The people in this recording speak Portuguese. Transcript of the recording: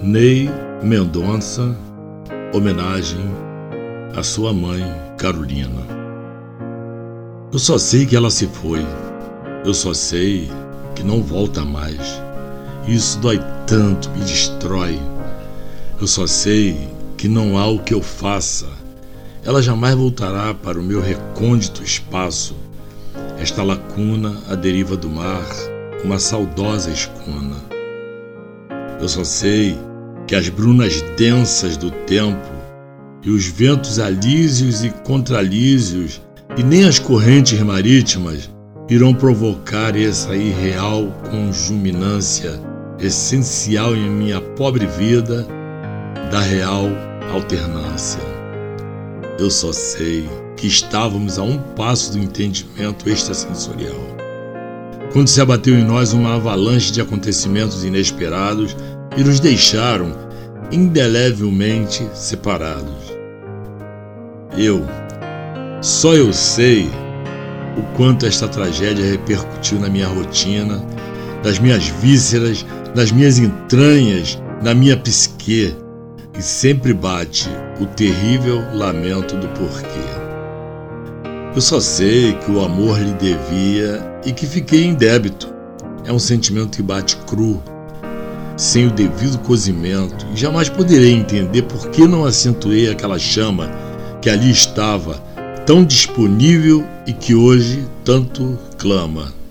Ney Mendonça, homenagem à sua mãe, Carolina. Eu só sei que ela se foi, eu só sei que não volta mais. Isso dói tanto, me destrói. Eu só sei que não há o que eu faça. Ela jamais voltará para o meu recôndito espaço, esta lacuna à deriva do mar, uma saudosa escuna. Eu só sei que as brunas densas do tempo e os ventos alísios e contralísios e nem as correntes marítimas irão provocar essa irreal conjuminância essencial em minha pobre vida da real alternância. Eu só sei que estávamos a um passo do entendimento extrasensorial, quando se abateu em nós uma avalanche de acontecimentos inesperados e nos deixaram indelevelmente separados. Só eu sei o quanto esta tragédia repercutiu na minha rotina, nas minhas vísceras, nas minhas entranhas, na minha psique, e sempre bate o terrível lamento do porquê. Eu só sei que o amor lhe devia e que fiquei em débito. É um sentimento que bate cru, sem o devido cozimento, e jamais poderei entender por que não acentuei aquela chama que ali estava, tão disponível e que hoje tanto clama.